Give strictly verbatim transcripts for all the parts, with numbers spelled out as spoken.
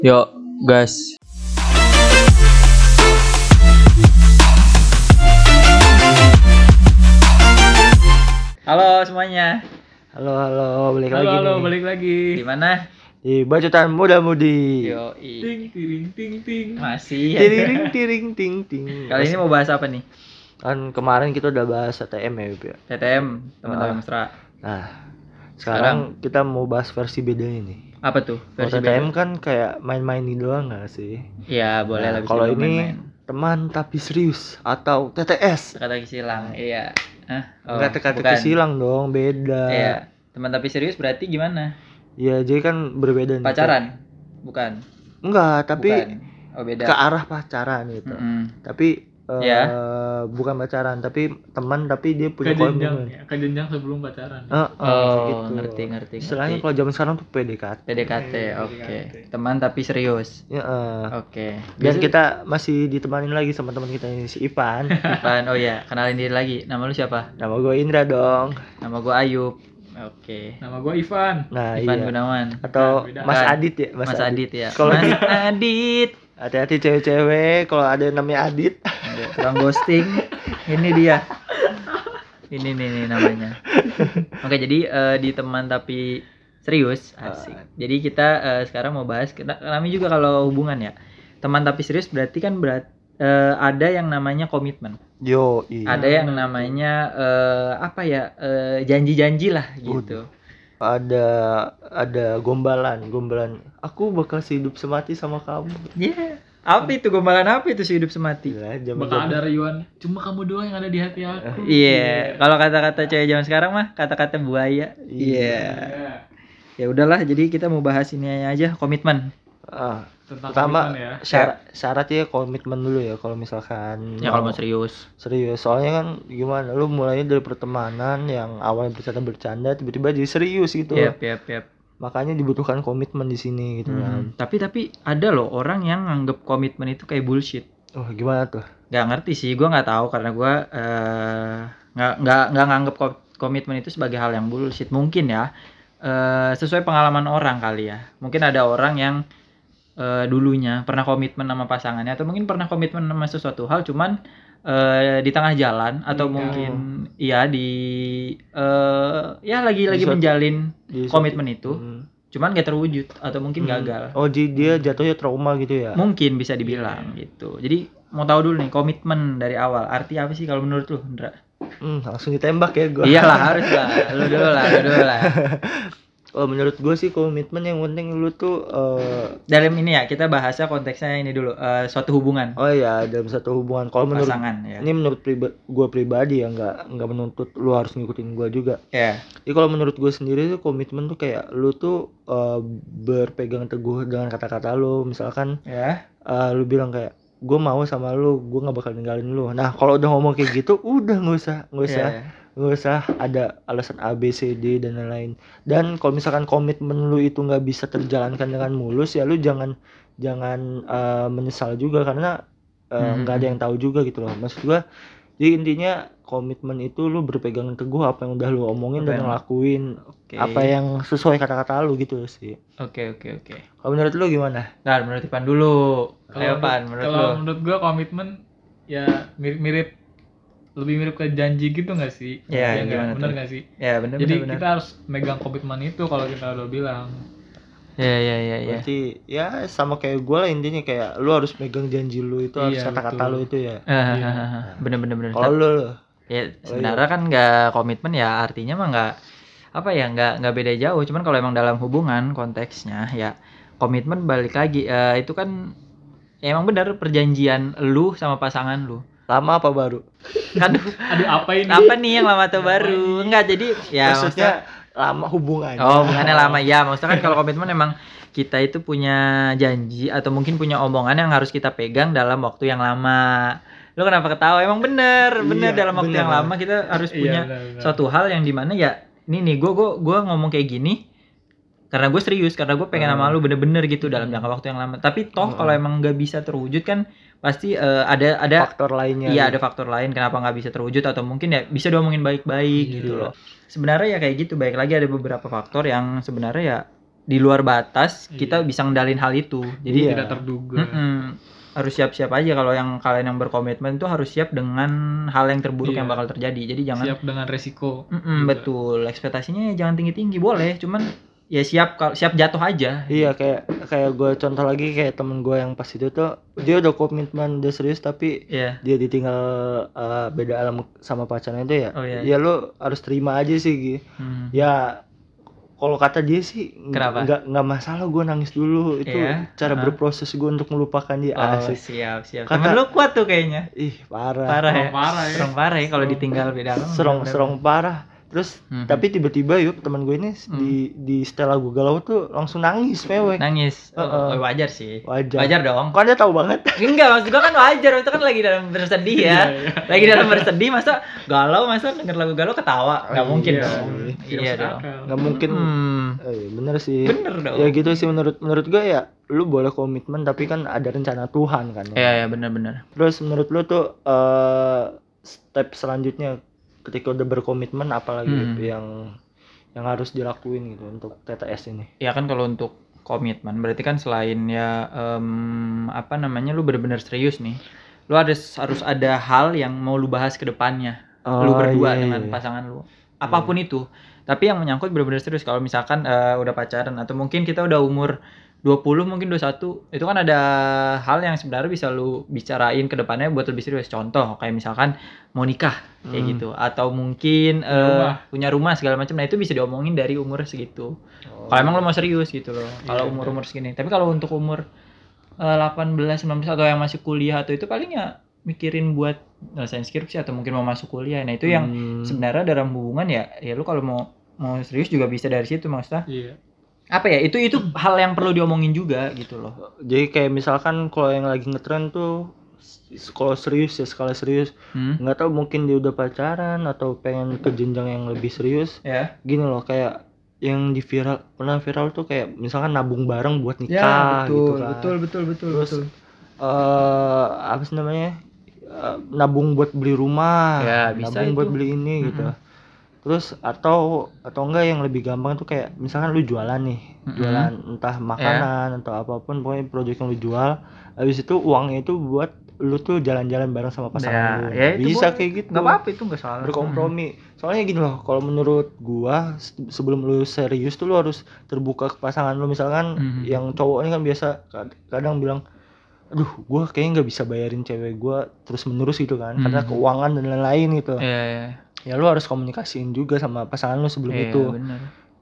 Yuk, gas. Halo semuanya. Halo halo balik Halo lagi halo nih balik lagi. Di mana? di Bacotan Muda Mudi. Yo, Ting ting ting ting. masih. Tiring tiring ting ting. Kali ini mau bahas apa nih? Kan kemarin kita udah bahas T T M ya, Bib, ya. T T M, teman-teman Ah. mesra. Nah, sekarang kita mau bahas versi bedanya nih. Apa tuh? Kalau Versi T T M beda? kan kayak main-main doang nggak sih? Iya, boleh Nah, lah bisa kalau dibilang ini main-main. teman tapi serius atau T T S. Teka-teki silang. Iya. Hah? Oh, Enggak teka-teki bukan. silang dong, beda. Iya. Teman tapi serius berarti gimana? Iya, jadi kan berbeda nih. Pacaran? Bukan. Enggak, tapi Bukan. Oh, beda. ke arah pacaran gitu. Mm-mm. Tapi eh, Ya. bukan pacaran, tapi teman tapi dia punya Ke jenjang, komitmen. ya, ke jenjang sebelum pacaran. Heeh, Oh, gitu. ngerti, ngerti, Istilahnya ngerti. kalau zaman sekarang tuh P D K T. P D K T, Iya, oke. P D K T. Teman tapi serius. Ya, eh. Oke. Dan Biasa- kita masih ditemanin lagi sama teman kita ini si Ipan. Ivan, oh ya, kenalin diri lagi. Nama lu siapa? Nama gue Indra dong. Nama gua Ayub. Oke. Nama gua Ivan. Nah, Ivan iya. Gunawan. Atau Nah, beda. Mas Kan. Adit ya, Mas, Adit ya. Kalau Mas di- Adit. hati-hati cewek-cewek kalau ada yang namanya Adit. Ada tukang ghosting. Ini dia. Ini nih, nih namanya. Oke, jadi eh, di teman tapi serius, asik. Jadi kita eh, sekarang mau bahas kita- kami juga kalau hubungan ya. Teman tapi serius berarti kan berat eh, ada yang namanya komitmen. Yo, iya. Ada yang namanya eh, apa ya? eh, janji-janji lah gitu. Ada ada gombalan, gombalan. Aku bakal hidup semati sama kamu. Iya. Apa itu gombalan apa itu hidup semati? Gila, Bakal zaman-zaman. ada rayuan. Cuma kamu doang yang ada di hati aku. Iya, kalau kata-kata cewek zaman sekarang mah kata-kata buaya. Iya. Ya, Ya udahlah, jadi kita mau bahas ini aja, komitmen. Ah, tentang pertama komitmen ya. syarat syaratnya komitmen dulu ya kalau misalkan Ya kalau mau serius. serius. Soalnya kan gimana, lu mulainya dari pertemanan yang awalnya bercanda-bercanda tiba-tiba jadi serius gitu. Yap, yap, yap. Makanya dibutuhkan komitmen di sini gitu kan. Hmm, Tapi tapi ada loh orang yang nganggep komitmen itu kayak bullshit. Oh, gimana tuh? Gak ngerti sih, gue nggak tahu karena gue eh, nggak nggak nggak nganggep ko- komitmen itu sebagai hal yang bullshit. Mungkin ya eh, sesuai pengalaman orang kali ya. Mungkin ada orang yang eh, dulunya pernah komitmen sama pasangannya atau mungkin pernah komitmen sama sesuatu hal, cuman eh, di tengah jalan atau Nikah. mungkin iya di eh, ya lagi lagi suatu- menjalin Di komitmen itu, Hmm. cuman gak terwujud atau mungkin Hmm. gagal. Oh, jadi dia jatuhnya trauma gitu ya? Mungkin bisa dibilang gitu. Jadi mau tahu dulu nih komitmen dari awal. Arti apa sih kalau menurut lu, Indra? Hmm, langsung ditembak ya gua. Iyalah harus lah. Lu dulu lah, lu dulu lah. Oh, menurut gua sih komitmen yang penting lu tuh eh, Dalam ini ya kita bahasnya konteksnya ini dulu. eh, suatu hubungan oh ya, dalam satu hubungan. Kalau menurut pasangan ya. ini menurut priba, gua pribadi ya, nggak nggak menuntut lu harus ngikutin gua juga. Ya. Jadi kalau menurut gue sendiri tuh komitmen tuh kayak lu tuh eh, berpegang teguh dengan kata-kata lu. Misalkan Ya. eh, lu bilang kayak gue mau sama lu, gue nggak bakal ninggalin lu. Nah kalau udah ngomong kayak gitu, udah nggak usah nggak usah Ya. nggak usah ada alasan A B C D dan lain-lain. Dan kalau misalkan komitmen lu itu nggak bisa terjalankan dengan mulus, ya lu jangan jangan eh, menyesal juga karena eh, nggak ada yang tahu juga gitu loh. Maksud gue, jadi intinya komitmen itu lu berpegang teguh apa yang udah lu omongin Apa dan yang- ngelakuin Oke. apa yang sesuai kata-kata lu gitu sih. Oke, oke, oke. Kalau menurut lu gimana? Nah, menurut Ipan dulu. Ayo, menurut- Pan, menurut kalau lu. menurut gua komitmen ya mirip-mirip lebih mirip ke janji gitu nggak sih? Ya, nggak? gimana Bener tuh? nggak sih? Ya, benar Jadi benar. kita harus megang komitmen itu kalau kita udah bilang. Ya, ya, ya, ya. Berarti ya sama kayak gue lah, intinya kayak lu harus megang janji lu itu, harus Iya, kata-kata betul. lu itu ya. Ah, bener bener bener. Kalau lu lu, Ya sebenarnya kan nggak komitmen ya artinya mah nggak apa ya nggak nggak beda jauh. Cuman kalau emang dalam hubungan konteksnya ya komitmen balik lagi eh, itu kan ya emang benar perjanjian lu sama pasangan lu. lama apa baru? Kan Aduh apa ini? apa nih yang lama atau baru? Enggak jadi ya Maksudnya lama hubungannya. oh hubungannya lama ya. Maksudnya kan kalau komitmen emang kita itu punya janji atau mungkin punya omongan yang harus kita pegang dalam waktu yang lama. Lu kenapa ketawa? Emang bener, bener Iya, dalam waktu bener. yang lama kita harus Iya, punya benar-benar. suatu hal yang dimana ya ini nih gue gue gue ngomong kayak gini karena gue serius karena gue pengen sama lu bener-bener gitu dalam jangka waktu yang lama. Tapi toh kalau emang nggak bisa terwujud kan pasti eh, ada ada Faktor lainnya. iya ada faktor lain kenapa nggak bisa terwujud atau mungkin ya bisa diomongin baik-baik Iya. gitu loh. Sebenarnya ya kayak gitu, baik lagi ada beberapa faktor yang sebenarnya ya di luar batas Iya. kita bisa ngendalin hal itu. Jadi Iya. Tidak terduga. mm-mm, harus siap-siap aja kalau yang kalian yang berkomitmen tuh harus siap dengan hal yang terburuk Iya. yang bakal terjadi. Jadi jangan Siap dengan resiko. Mm-mm, juga. betul, ekspektasinya jangan tinggi-tinggi, boleh, cuman ya siap kalau siap jatuh aja. Iya, kayak kayak gue contoh lagi kayak temen gue yang pas itu tuh dia udah komitmen udah serius tapi Iya. dia ditinggal uh, beda alam sama pacarnya itu ya. Oh, iya. Ya lu harus terima aja sih Gi. Hmm. Ya kalau kata dia sih ng- Kenapa? nggak nggak masalah gue nangis dulu itu Iya, cara uh-uh. berproses gue untuk melupakan dia. Oh, Asik. siap, siap. Kata- Temen lu kuat tuh kayaknya. Ih parah. Parah ya. Serong parah ya. Serong parah ya kalau Serong. ditinggal beda alam. serong bener-bener. serong parah. Terus Mhm. tapi tiba-tiba yuk teman gue ini Hmm. di di setel lagu galau tuh langsung nangis mewek. Nangis. Oh, Uh-uh. oh, wajar sih. Wajar. Wajar dong. Kok dia tahu banget? Enggak, maksud gua kan wajar, itu kan lagi dalam bersedih ya. Iya, iya. Lagi dalam bersedih, masa galau, masa denger lagu galau ketawa? Enggak Oh, mungkin iya dong. sih. Tidak Iya masuk dong. akal. Nggak mungkin. Hmm. Eh, bener sih. Bener dong. Ya gitu sih menurut menurut gue ya lu boleh komitmen tapi kan ada rencana Tuhan kan. Iya, iya, benar-benar. Terus menurut lu tuh eh step selanjutnya ketika udah berkomitmen apalagi Hmm. yang yang harus dilakuin gitu untuk T T S ini. Ya kan kalau untuk komitmen berarti kan selain ya em, apa namanya lu benar-benar serius nih. Lu harus harus ada hal yang mau lu bahas ke depannya. Lu Oh, berdua iya, dengan iya. pasangan lu. Apapun itu. Tapi yang menyangkut benar-benar serius. Kalau misalkan eh, udah pacaran atau mungkin kita udah umur dua puluh mungkin dua puluh satu, itu kan ada hal yang sebenarnya bisa lu bicarain ke depannya buat lebih serius. Contoh kayak misalkan mau nikah kayak Hmm. gitu atau mungkin Punya eh, rumah. punya rumah segala macam. Nah, itu bisa diomongin dari umur segitu. Oh. Kalau emang lo mau serius gitu loh. Kalau Iya, umur-umur segini. Tapi kalau untuk umur eh, delapan belas, sembilan belas atau yang masih kuliah atau itu paling ya mikirin buat nyelesain skripsi atau mungkin mau masuk kuliah. Nah, itu yang Hmm. sebenarnya dalam hubungan ya ya lu kalau mau mau serius juga bisa dari situ maksudnya. Iya. Apa ya? Itu itu hal yang perlu diomongin juga gitu loh. Jadi kayak misalkan kalau yang lagi ngetren tuh s- kalau serius ya skala serius Hmm? nggak tahu mungkin dia udah pacaran atau pengen ke jenjang yang lebih serius Ya. gini loh kayak yang di viral pernah viral tuh kayak misalkan nabung bareng buat nikah Ya, betul, gitu kan betul, betul, betul, Terus, betul. eh apa sih namanya Eh, nabung buat beli rumah Ya, bisa nabung buat itu. beli ini gitu Mm-mm. terus atau atau enggak yang lebih gampang tuh kayak misalkan lu jualan nih Mm-mm. jualan entah makanan atau apapun pokoknya proyek yang lu jual habis itu uangnya itu buat lu tuh jalan-jalan bareng sama pasangan lu ya, itu bisa boleh. kayak gitu Nggak apa-apa itu nggak salah. berkompromi soalnya gini loh kalau menurut gua se- sebelum lu serius tuh lu harus terbuka ke pasangan lu misalkan Mhm. yang cowok ini kan biasa kad- kadang bilang aduh gua kayaknya nggak bisa bayarin cewek gua terus menerus gitu kan karena Mhm. keuangan dan lain-lain gitu Iya, iya. ya lu harus komunikasiin juga sama pasangan lu sebelum Iya, itu benar.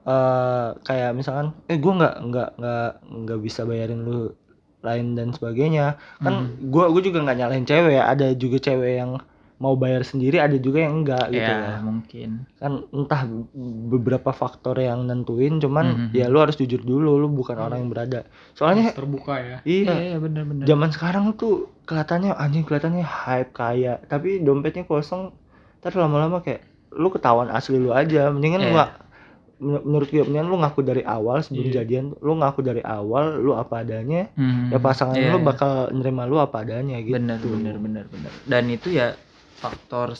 eh kayak misalkan eh gua nggak nggak nggak nggak bisa bayarin lu lain dan sebagainya kan Mhm. gua gua juga nggak nyalahin cewek ya ada juga cewek yang mau bayar sendiri ada juga yang enggak gitu Ya, ya mungkin. kan entah beberapa faktor yang nentuin cuman Mhm. ya lu harus jujur dulu lu bukan orang yang berada soalnya Harus terbuka ya. iya Iya, benar-benar. zaman sekarang tuh kelihatannya anjing kelihatannya hype kaya tapi dompetnya kosong ntar lama-lama kayak lu ketahuan asli lu aja mendingan lu Iya. nggak men- menurut gue mendingan lu ngaku dari awal sebelum Iya. jadian lu ngaku dari awal lu apa adanya Mhm. ya pasangan Iya, lu iya. bakal nerima lu apa adanya gitu benar benar benar benar dan itu ya faktor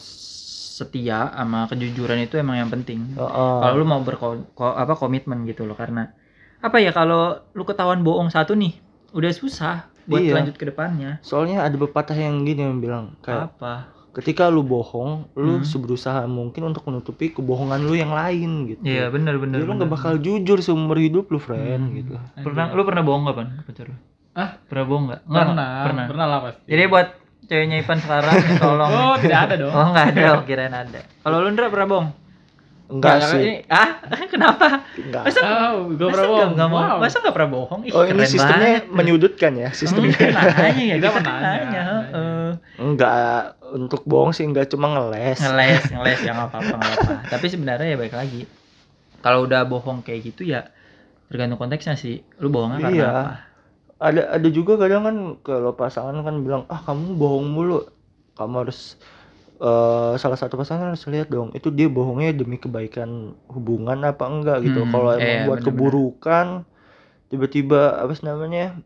setia sama kejujuran itu emang yang penting Heeh. kalau lu mau berko ko- apa komitmen gitu loh karena apa ya kalau lu ketahuan bohong satu nih udah susah buat Iya. lanjut ke depannya soalnya ada pepatah yang gini yang bilang kayak apa ketika lu bohong lu Hmm. berusaha mungkin untuk menutupi kebohongan lu yang lain gitu iya benar benar jadi lu benar. nggak bakal jujur seumur hidup lu friend Hmm. gitu pernah lu pernah bohong nggak pan pacar lu? Ah? Pernah bohong nggak Nggak, Pernah, pernah pernah lah pasti. jadi buat ceweknya Ipan sekarang tolong Oh, tidak ada dong. oh nggak ada oh, kirain ada kalau lu Ndra pernah bohong enggak Nggak, sih ini- ah kenapa enggak masa Oh, gue masa pernah nggak bohong. nggak mau Wow. masa nggak pernah bohong Ih, oh ini keren sistemnya banget. menyudutkan ya sistemnya Mungkin nanya ya Kita kita mau kan nanya, nanya heeh. enggak untuk bohong sih enggak cuma ngeles ngeles ngeles ya nggak apa-apa nggak apa tapi sebenarnya ya baik lagi kalau udah bohong kayak gitu ya tergantung konteksnya sih lu bohongnya karena Iya. apa ada ada juga kadang kan kalau pasangan kan bilang ah kamu bohong mulu kamu harus eh, salah satu pasangan harus lihat dong itu dia bohongnya demi kebaikan hubungan apa enggak gitu Hmm, kalau emang iya, buat bener-bener. keburukan tiba-tiba apa sih namanya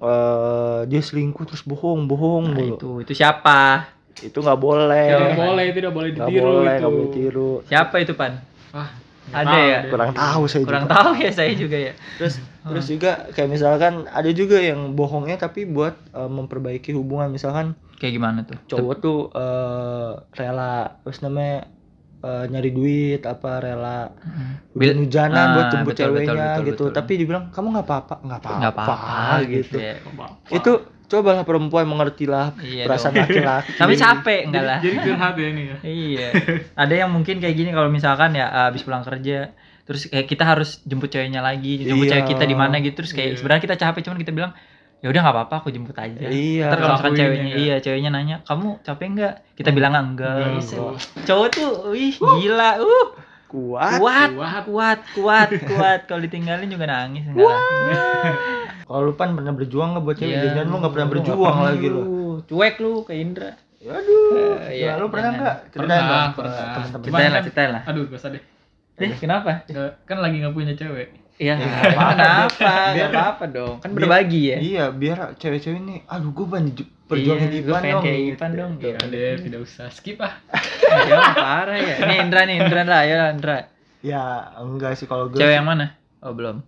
eh dia selingkuh terus bohong bohong nah, mulu itu itu siapa itu nggak boleh Tidak Iya. boleh, tidak boleh nggak ditiru boleh itu. nggak boleh tiru siapa itu pan Ah, Ada ya? Kurang tahu saya Kurang juga. tahu ya saya juga ya. Terus terus juga kayak misalkan ada juga yang bohongnya tapi buat uh, memperbaiki hubungan. Misalkan Kayak gimana tuh? cowok tuh uh, rela terus namanya uh, nyari duit apa rela Mm. hujan-hujanan Ah, buat jemput betul, betul, ceweknya betul, gitu. betul. Tapi dibilang kamu nggak apa-apa, nggak apa-apa, Nggak apa-apa gitu ya. Itu cobalah perempuan mengertilah Iya perasaan dong. laki-laki. Tapi capek enggak Jadi, lah. jadi curhat ya ini ya. Iya. Ada yang mungkin kayak gini kalau misalkan ya habis pulang kerja terus kayak kita harus jemput ceweknya lagi, jemput Iya. cewek kita di mana gitu terus kayak Iya. sebenarnya kita capek cuman kita bilang ya udah nggak apa-apa aku jemput aja. Iya. Ntar kalau misalkan Lakuin ceweknya ya. iya ceweknya nanya kamu capek nggak? Kita bilang enggak. Enggak, Bisa. enggak. Cowok tuh wih gila. Uh. Kuat. Kuat, Kuat. kuat, kuat, kuat. Kalau ditinggalin juga nangis enggak lah. Kalau lu Pan pernah berjuang nggak buat cewek? Iya. Jangan lu nggak pernah Lu nggak berjuang pernah lagi lu. Cuek lu kayak Indra. Aduh. Eh, iya, Ya, lu pernah jangan. nggak? Pernah, Ceritain dong ke pernah. teman-teman. Cuman Ceritain lah, kan- ceritain lah. Aduh, gak usah deh. Eh, kenapa? Nggak- Kan lagi gak punya cewek. Iya, Ya, nggak nggak apa-apa, apa-apa. nggak apa-apa dong. Kan Biar- berbagi ya. Iya, biar cewek-cewek ini, aduh gue pengen ju- perjuangin Iya, Ipan gua pengen dong. kayak gitu. Ipan dong. Ya deh, tidak usah. Skip ah. Ya parah ya. Nih Indra nih, Indra lah, ya Indra. Ya enggak sih kalau gue. Cewek sih yang mana? Oh belum.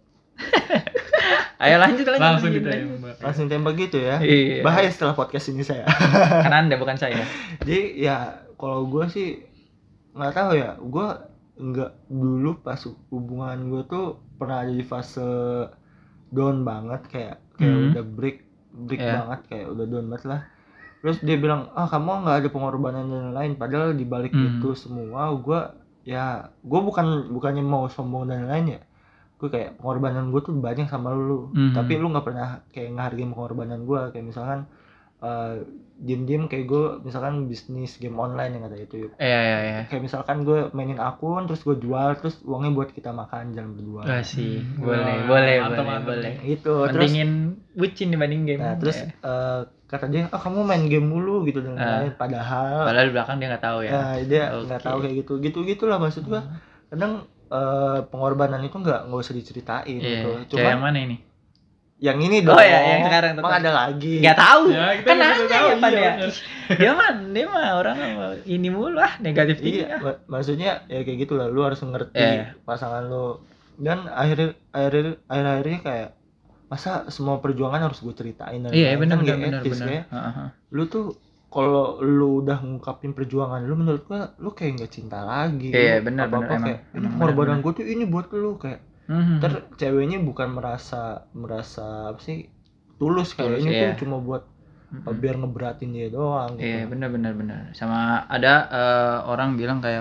Ayo lanjut lanjut. Langsung lanjut, kita lanjut. yang membahas. langsung tembak gitu ya. Iya. Bahaya setelah podcast ini saya. Kan Anda bukan saya. Jadi ya kalau gue sih nggak tahu ya, gue nggak dulu pas hubungan gue tuh pernah ada di fase down banget kayak kayak Hmm. udah break break Iya. banget kayak udah down banget lah. Terus dia bilang ah kamu nggak ada pengorbanan dan lain-lain, padahal di balik Hmm. itu semua gue ya gue bukan bukannya mau sombong dan lain ya, gue kayak pengorbanan gue tuh banyak sama lu, Hmm. tapi lu nggak pernah kayak ngehargain pengorbanan gue. Kayak misalkan uh, diem-diem kayak gue misalkan bisnis game online yang kata itu yuk. Iya iya iya. Kayak misalkan gue mainin akun terus gue jual terus uangnya buat kita makan jalan berdua. Wah sih, Hmm. boleh, Wah, boleh, mantap, boleh, mantap. boleh. Itu terus Pentingin bucin dibanding game. nah terus Ya. uh, kata dia ah kamu main game mulu gitu dan Ah. lain, padahal Padahal di belakang dia nggak tahu ya. nah, dia nggak Oke. tahu kayak gitu gitu gitulah maksud gue. Kadang uh, pengorbanan itu nggak nggak usah diceritain Iya. gitu. Cewek yang Cuman mana ini? yang ini Oh dong. ya, yang sekarang Emang tetap. ada lagi. Nggak tahu. Ya, kita Kan nggak nanya tahu, ya Pan iya, ya. bener. Dia mah dia mah orang sama ini mulu ah negatif thinking Iya, ah. mak- maksudnya ya kayak gitu lah. Lu harus ngerti Iya. pasangan lu. Dan akhir akhir akhir-akhirnya kayak masa semua perjuangan harus gue ceritain dan Iya lain-lain. benar Kan benar nggak benar etis, benar. kayak. Heeh. Lu tuh kalau lu udah ngungkapin perjuangan lu, menurut gua lu kayak nggak cinta lagi. Iya, Lu benar, apa-apa benar, emang. kayak, ini Emang pengorbanan benar, gua tuh ini buat lu kayak. Mhm. Ter ceweknya bukan merasa merasa apa sih tulus kayak Tulus, ini iya. tuh cuma buat Mhm. biar ngeberatin dia doang gitu. Iya benar benar benar. Sama ada eh, orang bilang kayak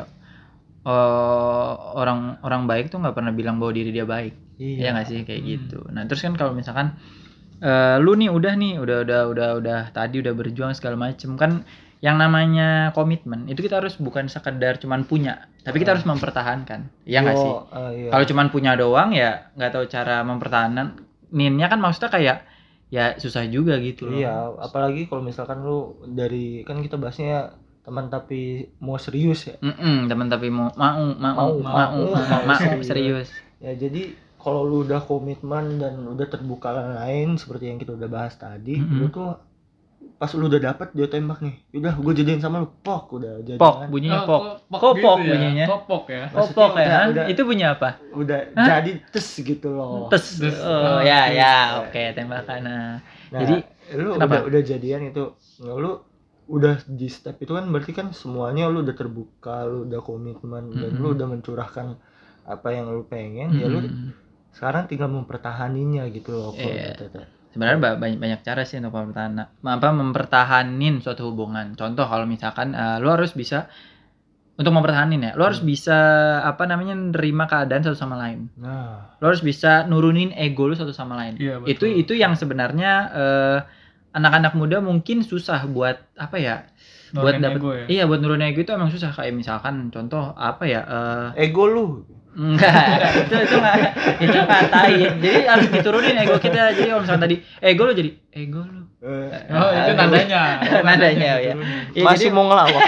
eh, orang orang baik tuh nggak pernah bilang bahwa diri dia baik. Iya nggak sih kayak Hmm. gitu. Nah terus kan kalau misalkan eh, lu nih udah nih udah udah udah udah tadi udah berjuang segala macem kan yang namanya komitmen itu kita harus bukan sekedar cuman punya tapi kita Ah. harus mempertahankan. Iya nggak Yo, sih? eh, iya. Kalau cuman punya doang ya nggak tahu cara mempertahanan. Ninnya kan maksudnya kayak ya susah juga gitu loh. Iya, apalagi kalau misalkan lu dari kan kita bahasnya teman tapi mau serius ya. Mm-mm, teman tapi mau mau mau mau Mau, mau, mau, mau, mau serius. Ya jadi kalau lu udah komitmen dan udah terbuka lain seperti yang kita udah bahas tadi, Mhm. lu tuh pas lu udah dapet dia tembak nih, udah gue jadiin sama lu, pok udah jadi Pok kan. bunyinya Oh, pok. pok Kok gitu pok ya? bunyinya? Kok pok ya? Oh Maksudnya pok ya? udah- Hah? udah- Itu bunyi apa? Udah Hah? jadi tes gitu loh. Tes. Tes. Oh Oh, ya tes. ya oke tembakan. Nah. Nah, Jadi lu kenapa? udah udah jadian itu, nah, lu udah di step itu kan berarti kan semuanya lu udah terbuka, lu udah komitmen dan Mhm. lu udah mencurahkan apa yang lu pengen, ya lu mm, sekarang tinggal mempertahaninya gitu loh. Kok, Iya. gitu. sebenarnya ba- banyak banyak cara sih untuk mempertahan apa mempertahanin suatu hubungan. Contoh kalau misalkan eh, lu harus bisa untuk mempertahanin ya, lu harus Hmm. bisa apa namanya nerima keadaan satu sama lain. Nah, Lu harus bisa nurunin ego lu satu sama lain. Iya, betul. Itu itu yang sebenarnya eh, anak-anak muda mungkin susah buat apa ya? buat Nurunin dapet ego ya? iya buat nurunin ego itu emang susah kayak misalkan contoh apa ya eh ego lu. enggak itu itu enggak itu ngatain jadi harus diturunin ego kita jadi kalau misalkan tadi ego lu jadi ego lu Eh, Oh, itu nadanya. nadanya ya Turunin. Iya, masih jadi, mau ngelawak.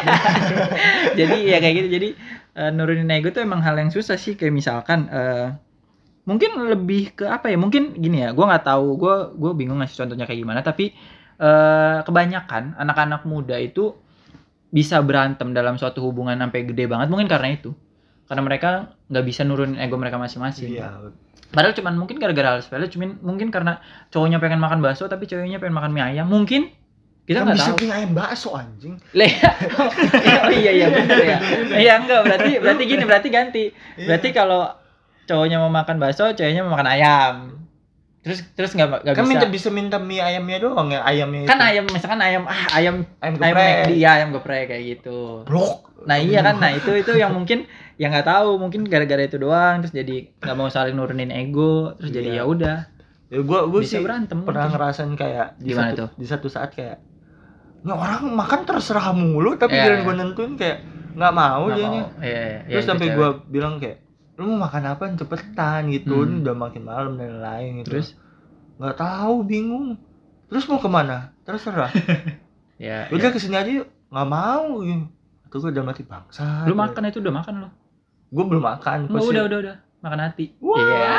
jadi ya kayak gitu jadi eh, nurunin ego tuh emang hal yang susah sih kayak misalkan eh, mungkin lebih ke apa ya mungkin gini ya gue nggak tahu gue gue bingung ngasih contohnya kayak gimana tapi eh, kebanyakan anak-anak muda itu bisa berantem dalam suatu hubungan sampai gede banget mungkin karena itu karena mereka nggak bisa nurunin ego mereka masing-masing. Iya. Padahal cuman mungkin gara-gara hal sepele, cuman mungkin karena cowoknya pengen makan bakso tapi ceweknya pengen makan mie ayam, mungkin kita Kan nggak bisa tahu. punya ayam bakso anjing. Leh, oh iya iya benar ya. Iya enggak, berarti berarti gini, berarti ganti. Berarti kalau cowoknya mau makan bakso, ceweknya mau makan ayam. Terus terus nggak nggak Kan bisa. minta bisa minta mie ayamnya doang ya, ayamnya Kan itu. ayam misalkan ayam ah ayam Ayam ayam geprek. McD ya, ayam geprek kayak gitu. Blok. Nah iya kan, nah itu itu yang mungkin yang nggak tahu, mungkin gara-gara itu doang terus jadi nggak mau saling nurunin ego, terus jadi Iya. ya udah Ya gua gua bisa sih berantem. pernah mungkin. ngerasain kayak di Gimana satu tuh? di satu saat kayak ini orang makan terserah mulu tapi Iya, giliran iya. gua nentuin kayak nggak mau Nggak dianya. mau. Iya, iya, Terus yang sampai itu gua cewek. bilang kayak lu mau makan apa cepetan gitu, Hmm. ini udah makin malam dan lain gitu. Terus nggak tahu, bingung. Terus mau kemana? Terserah. ya, Udah ya. kesini aja yuk. Nggak mau gitu. Itu gue udah mati bangsa. Lu makan itu udah makan lo? Gue belum makan. Enggak, Pasti- udah udah udah makan hati. Wow. Iya.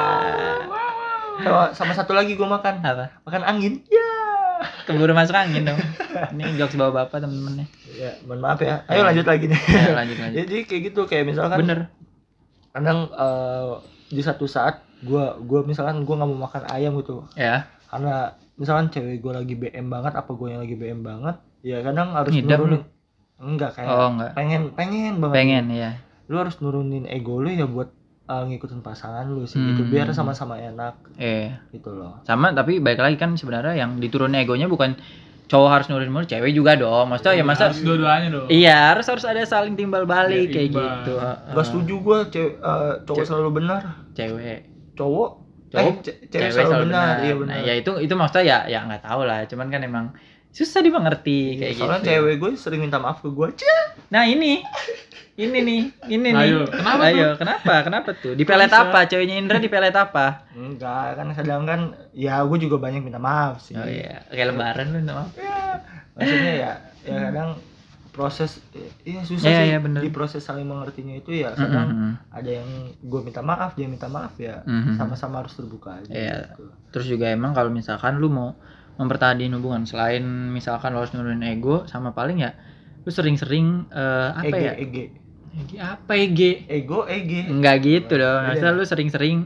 Sama, sama satu lagi gue makan. Apa? Makan angin. Ya. Keburu masuk angin dong. Ini jokes bawa bapak temen-temennya. Ya, mohon maaf ya. Ayo lanjut lagi nih. Ya, lanjut lanjut. Jadi kayak gitu, kayak misalkan Bener. kadang eh, di satu saat gue gue misalkan gue nggak mau makan ayam gitu, Ya. karena misalkan cewek gue lagi B M banget, apa gue yang lagi B M banget, ya kadang harus Ngidam nurunin. Enggak, kayak Oh enggak. pengen pengen banget. Pengen ya. Lu harus nurunin ego lu ya buat uh, ngikutin pasangan lu sih, Hmm. gitu biar sama-sama enak Eh, gitu loh. sama tapi baik lagi kan sebenarnya yang diturunin egonya bukan cowok harus nurunin mulu, cewek juga dong. Maksudnya ya masa Harus dua-duanya dong. iya, harus harus ada saling timbal balik Ya, kayak imbang. gitu. Heeh. Gak setuju gua cewek uh, cowok Cewek. selalu benar, Cewek. cowok Cowok, eh, ce- cewek, selalu, benar. Iya benar. Nah, ya itu itu maksudnya ya ya nggak tahu lah, cuman kan emang susah dimengerti kayak Soalnya gitu. cewek gue sering minta maaf ke gua. Cia. Nah, ini. Ini nih, ini nih. Ayo, kenapa Ayo, kenapa? Kenapa tuh? Di pelet Bisa. apa? Ceweknya Indra di pelet apa? Enggak, kan kadang kan ya gue juga banyak minta maaf sih. Oh iya, kayak lebaran lu minta maaf. Maksudnya ya ya kadang proses iya susah Iya, sih iya, bener. di proses saling mengertinya itu ya kadang Mm-mm. ada yang gue minta maaf, dia minta maaf ya Mhm. sama-sama harus terbuka aja. Iya. Gitu. Terus juga emang kalau misalkan lu mau mempertahankan hubungan selain misalkan lu harus nurunin ego, sama paling ya lu sering-sering eh, apa Ege, ya? ege. Ege apa ege? Ego, ege. Enggak gitu dong. Iya. Maksudnya lu sering-sering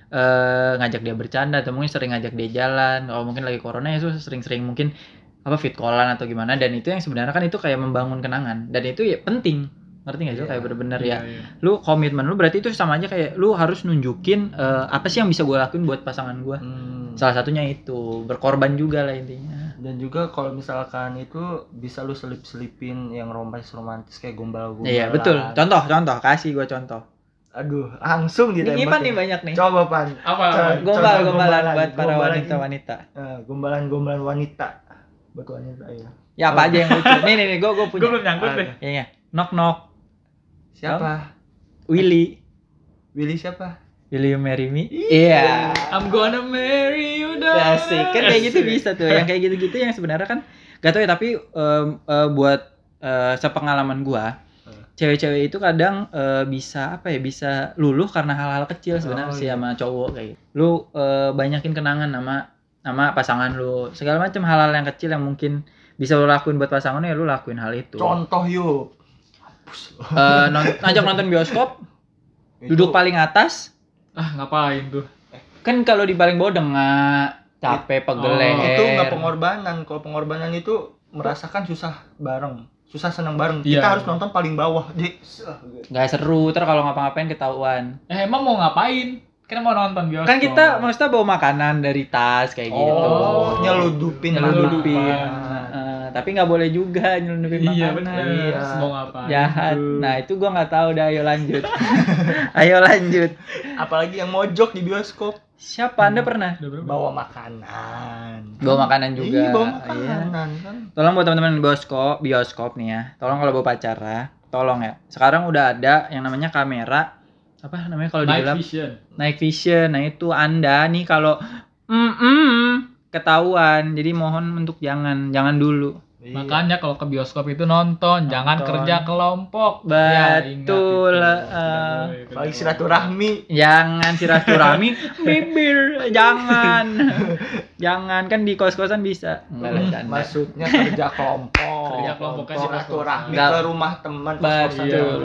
eh, ngajak dia bercanda atau mungkin sering ngajak dia jalan. Kalau mungkin lagi corona ya lu sering-sering mungkin apa fit callan atau gimana, dan itu yang sebenarnya kan itu kayak membangun kenangan dan itu ya penting. Ngerti enggak sih? Iya. Kayak bener-bener Iya, ya. iya. Lu komitmen lu berarti itu sama aja kayak lu harus nunjukin eh, apa sih yang bisa gue lakuin buat pasangan gue. Hmm. Salah satunya itu berkorban juga lah intinya. Dan juga kalau misalkan itu bisa lu selip-selipin yang romantis-romantis kayak gombal-gombalan. Iya betul. Contoh, contoh, kasih gue contoh. Aduh, langsung Ini ditembak. Ipan ya. nih banyak nih. Coba Pan. Apa? Coba. Gombal, Contoh gombalan buat para gombalan wanita-wanita. Eh, gombalan-gombalan wanita buat wanita ya. Ya apa aja yang lucu. Nih nih nih, gue gue punya. Gue belum nyangkut Ah, deh. Iya, iya. Knock knock. Siapa? Willy. Willy siapa? Will you marry me? Iya. I'm gonna marry you dah. Asik. Kan kayak gitu bisa tuh. Yang kayak gitu-gitu yang sebenarnya kan gak tau ya, tapi em, eh, buat eh, sepengalaman gua, cewek-cewek itu kadang eh, bisa apa ya, bisa luluh karena hal-hal kecil sebenarnya Oh, sih iya. sama cowok kayak gitu. Lu eh, banyakin kenangan sama sama pasangan lu. Segala macam hal-hal yang kecil yang mungkin bisa lu lakuin buat pasangan lu, ya lu lakuin hal itu. Contoh yuk. Hapus. Eh, non- ngajak nonton bioskop, Itu- duduk paling atas. Ah, ngapain tuh? Kan kalau di paling bawah dengak, capek, pegel Oh, leher. itu nggak pengorbanan. Kalau pengorbanan itu merasakan susah bareng, susah senang bareng. Iya. Kita harus nonton paling bawah. Jadi Nggak seru, ntar kalau ngapa-ngapain ketahuan. Eh, emang mau ngapain? Kan mau nonton bioskop. Kan kita maksudnya bawa makanan dari tas kayak gitu. oh, nyeludupin Nyeludupin. makanan. Heeh, tapi nggak boleh juga nyeludupin Iya, makanan. bener. Iya. Mau ngapain? Jahat. tuh? Nah, itu gua nggak tahu dah, ayo lanjut. Ayo lanjut. Apalagi yang mojok di bioskop Siapa Anda pernah Udah berapa? bawa makanan. bawa makanan juga? Iya, bawa Iya. makanan kan. Tolong buat teman-teman bioskop, bioskop nih ya. Tolong kalau bawa pacar ya, tolong ya. Sekarang udah ada yang namanya kamera apa namanya kalau di Night dalam vision. night vision. Nah, itu Anda nih kalau mm, mm, ketahuan. Jadi mohon untuk jangan jangan dulu. Iya. Makanya kalau ke bioskop itu nonton, jangan Nonton. kerja kelompok. Ya, ingat Betul. itu. eh, Apalagi silaturahmi. jangan silaturahmi bibir, jangan. Jangan kan di kos-kosan bisa. Enggak lah, canda. Maksudnya kerja kelompok. Kerja kelompok aja. Silaturahmi Nggak. ke rumah teman kos-kosan. Betul. Iya, betul.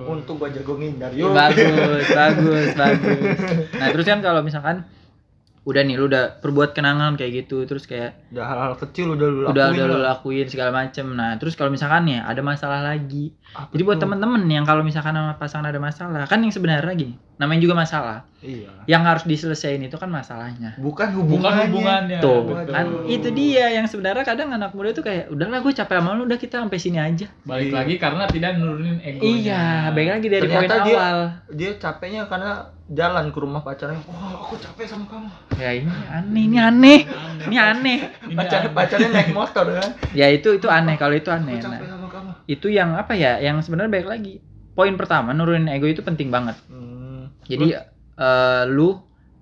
Untung gua jago ngindar. Yuk. Bagus, bagus, bagus. Nah, terus kan kalau misalkan udah nih lu udah perbuat kenangan kayak gitu, terus kayak Udah hal-hal kecil udah lu lakuin. udah udah lu lah. lakuin segala macem. Nah, terus kalau misalkan ya ada masalah lagi. Apa Jadi buat tuh? temen-temen yang kalau misalkan sama pasangan ada masalah, kan yang sebenarnya gini, namanya juga masalah. Iya. Yang harus diselesaikan itu kan masalahnya. Bukan Bukan hubungannya. hubungannya. Tuh, betul. kan itu dia yang sebenarnya kadang anak muda tuh kayak udahlah gue capek sama lu, udah kita sampai sini aja. Balik Iya. lagi karena tidak nurunin ego. Iya, baik lagi dari Ternyata poin dia- awal. Dia capeknya karena jalan ke rumah pacarnya. Oh, aku capek sama kamu. Ya ini aneh, ini aneh. Ini aneh. Pacar pacarnya naik motor kan. Ya itu itu aneh kalau itu Aku aneh. capek Nah, sama kamu. itu yang apa ya? Yang sebenarnya baik lagi. Poin pertama, nurunin ego itu penting banget. Hmm. Jadi eh, lu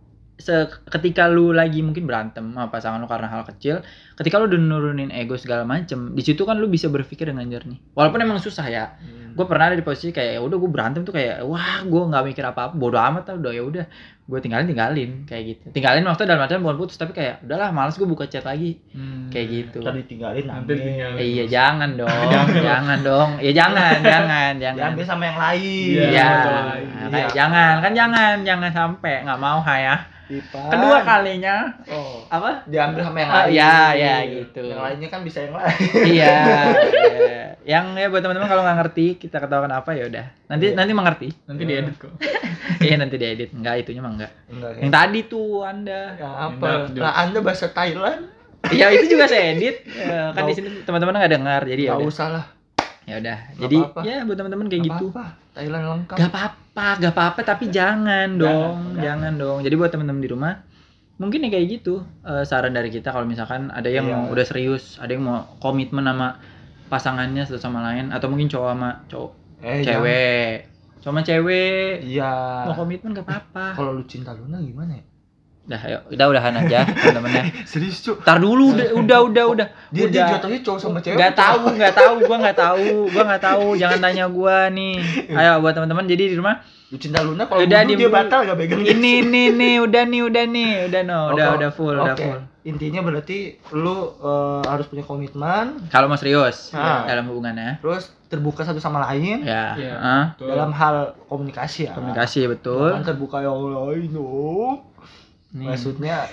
se- ketika lu lagi mungkin berantem sama pasangan lu karena hal kecil, ketika lu udah nurunin ego segala macem, di situ kan lu bisa berpikir dengan jernih. Walaupun emang susah ya. Hmm. Gue pernah ada di posisi kayak ya udah gue berantem tuh kayak wah gue nggak mikir apa apa, bodo amat lah, udah ya udah gue tinggalin tinggalin kayak gitu. Tinggalin maksudnya dalam artian bukan putus, tapi kayak udahlah malas gue buka chat lagi Hmm. kayak gitu. Tadi tinggalin Nanti nangis. tinggalin. Eh, iya jangan dong, jangan dong, ya jangan, jangan, jangan. Diambil sama yang lain. Iya, Iya, betul. nah, Iya. kayak jangan, kan jangan, jangan sampai nggak mau ya. Pipa. Kedua kalinya Oh. apa? Diambil sama yang Oh, lain. iya, iya, gitu. Yang lainnya kan bisa yang lain. Iya, iya. Yang ya buat teman-teman kalau nggak ngerti kita ketawakan apa ya udah. Nanti Iya. nanti mengerti. Nanti diedit kok. Iya nanti diedit. Enggak, itunya mah enggak. Enggak. Yang tadi tuh Anda. Ya apa? Enggak, Lah Anda bahasa Thailand? Ya itu juga saya edit. Ya, kan di sini teman-teman nggak dengar jadi ya Enggak udah. usah lah. Ya udah. Nggak Jadi apa-apa. ya buat teman-teman kayak Nggak gitu. apa-apa. Thailand lengkap. Gak apa-apa, gak apa-apa tapi jangan dong, jangan. jangan dong. Jadi buat teman-teman di rumah mungkin ya kayak gitu eh, saran dari kita kalau misalkan ada yang Iya. mau udah serius, ada yang mau komitmen sama pasangannya satu sama lain atau mungkin cowok sama cowok, Eh, cewek, cowok sama cewek jangan. Iya. mau komitmen gak apa-apa. Kalau lu cinta Luna gimana ya? Udah, ayo, udah udahan aja teman-teman ya. Serius, Cuk. Ntar dulu, udah, udah, udah, udah. Dia dia udah. jatuhnya cowok sama cewek. Gak apa tahu, cowok? gak tahu, gua gak tahu, gua gak tahu. Jangan tanya gua nih. Ayo buat teman-teman jadi di rumah. Lu cinta Luna kalau Udah, dulu diem dia dulu. batal gak pegang Ini, nih, nih, udah nih, udah nih, udah no, Oh, udah, kalau- udah full, udah oke. full. Intinya berarti lu eh, harus punya komitmen, Kalau mau serius Nah. dalam hubungannya, terus terbuka satu sama lain ya, Iya. ah, Betul. dalam hal komunikasi ya. komunikasi betul. Jangan terbuka yang lain dong. Nih, Maksudnya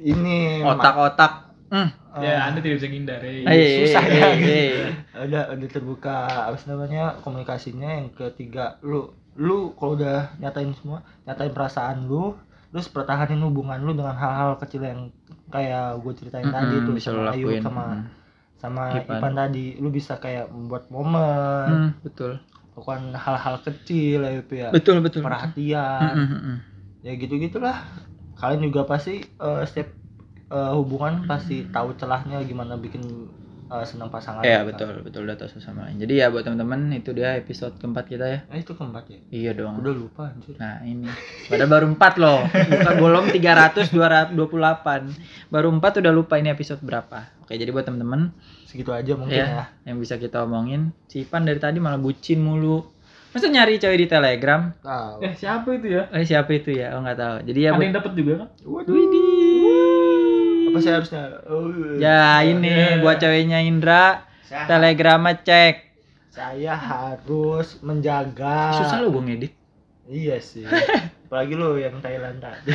ini otak-otak. Hmm. ma- Ya, eh, Anda tidak bisa ngindari. Eh, susah eh, ya. eh, eh. udah udah terbuka apa sih namanya komunikasinya. Yang ketiga lu lu kalau udah nyatain semua, nyatain perasaan lu, terus pertahanin hubungan lu dengan hal-hal kecil yang kayak gue ceritain tadi Mm-mm, tuh bisa sama lo Ayu lakuin. sama Mm. sama Ipan. Ipan tadi. Lu bisa kayak membuat momen, Hmm, betul. lakukan hal-hal kecil ya itu ya, Betul, betul. perhatian. Mm, mm, mm. Ya gitu-gitulah. Kalian juga pasti eh, setiap eh, hubungan pasti tahu celahnya gimana bikin eh, senang pasangan. Iya, kan. betul, betul udah tahu sama lain. Jadi ya buat teman-teman itu dia episode keempat kita ya. Eh itu keempat ya. Iya dong. Udah lupa anjir. Nah ini padahal baru empat loh, bukan belum tiga ratus dua puluh delapan, baru empat udah lupa ini episode berapa. Oke jadi buat temen-temen Segitu aja mungkin ya, ya. yang bisa kita omongin, si Ipan dari tadi malah bucin mulu. Masa nyari cewek di Telegram? Tahu. Eh, siapa itu ya? Eh siapa itu ya? Oh nggak tahu. Jadi ya Ada buat yang dapat juga kan? Waduh. Widih. Apa saya harusnya? Oh, Ya ini buat ceweknya Indra, saya, Telegramnya cek. saya harus menjaga. Susah lo gue ngedit. Iya sih. Apalagi lu yang Thailand tadi.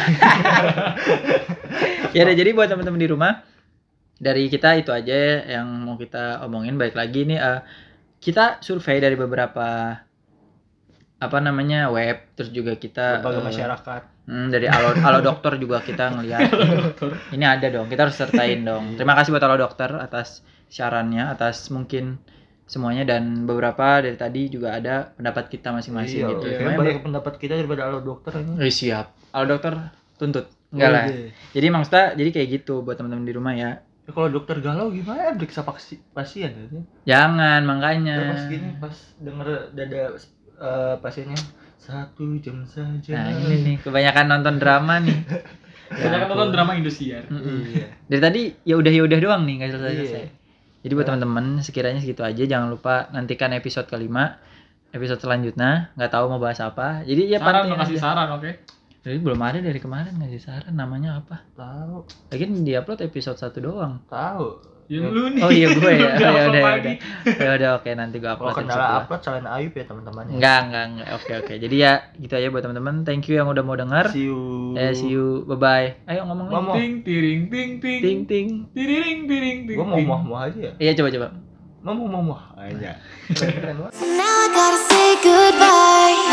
Ya udah jadi buat teman-teman di rumah dari kita itu aja yang mau kita omongin. Baik lagi nih eh, kita survei dari beberapa apa namanya web, terus juga kita Lembaga eh, masyarakat. hmm, dari Alo Alo Dokter juga kita ngelihat. Ini ada dong, kita harus sertain dong. Terima kasih buat Alo Dokter atas sarannya, atas mungkin semuanya, dan beberapa dari tadi juga ada pendapat kita masing-masing Iya, gitu. kayak Semuanya banyak pendapat kita daripada Alo Dokter ini. Eh, siap. Alo Dokter tuntut. Enggak lah. Udah. Jadi maksudnya jadi kayak gitu buat teman-teman di rumah ya. Ya, kalau dokter galau gimana periksa pasi- pasien ya? Jangan makanya. Terus pas gini pas denger dada eh, pasiennya satu jam saja. Nah ini nih kebanyakan nonton drama nih. Kita kan nonton drama Indosiar. Mm-mm. Iya. Dari tadi ya udah ya udah doang nih nggak selesai selesai. Iya. Jadi buat teman-teman sekiranya segitu aja. Jangan lupa nantikan episode kelima, episode selanjutnya. Nggak tahu mau bahas apa. Jadi ya Saran, pantengin mau kasih aja. saran, oke? Jadi belum ada dari kemarin ngasih saran namanya apa. Tahu, Lagian di upload episode satu doang. tahu. Ya lu nih. Oh iya gue ya. Udah Ya upload udah ya lagi. udah. Ya udah oke nanti gue Kalau upload kendala episode dua. upload salahin Ayub ya teman-teman ya. Enggak, enggak, enggak. Oke, oke. Jadi ya gitu aja buat teman-teman. Thank you yang udah mau denger. See you. Eh, see you. Bye bye. Ayo ngomong lagi. Ngomong. Ting tiring ting ting. Ting ting. Tiring tiring ting. Gua mau mau mau aja ya. Iya, coba coba. Mau mau mau mau aja. Keren keren banget. So now I gotta say goodbye.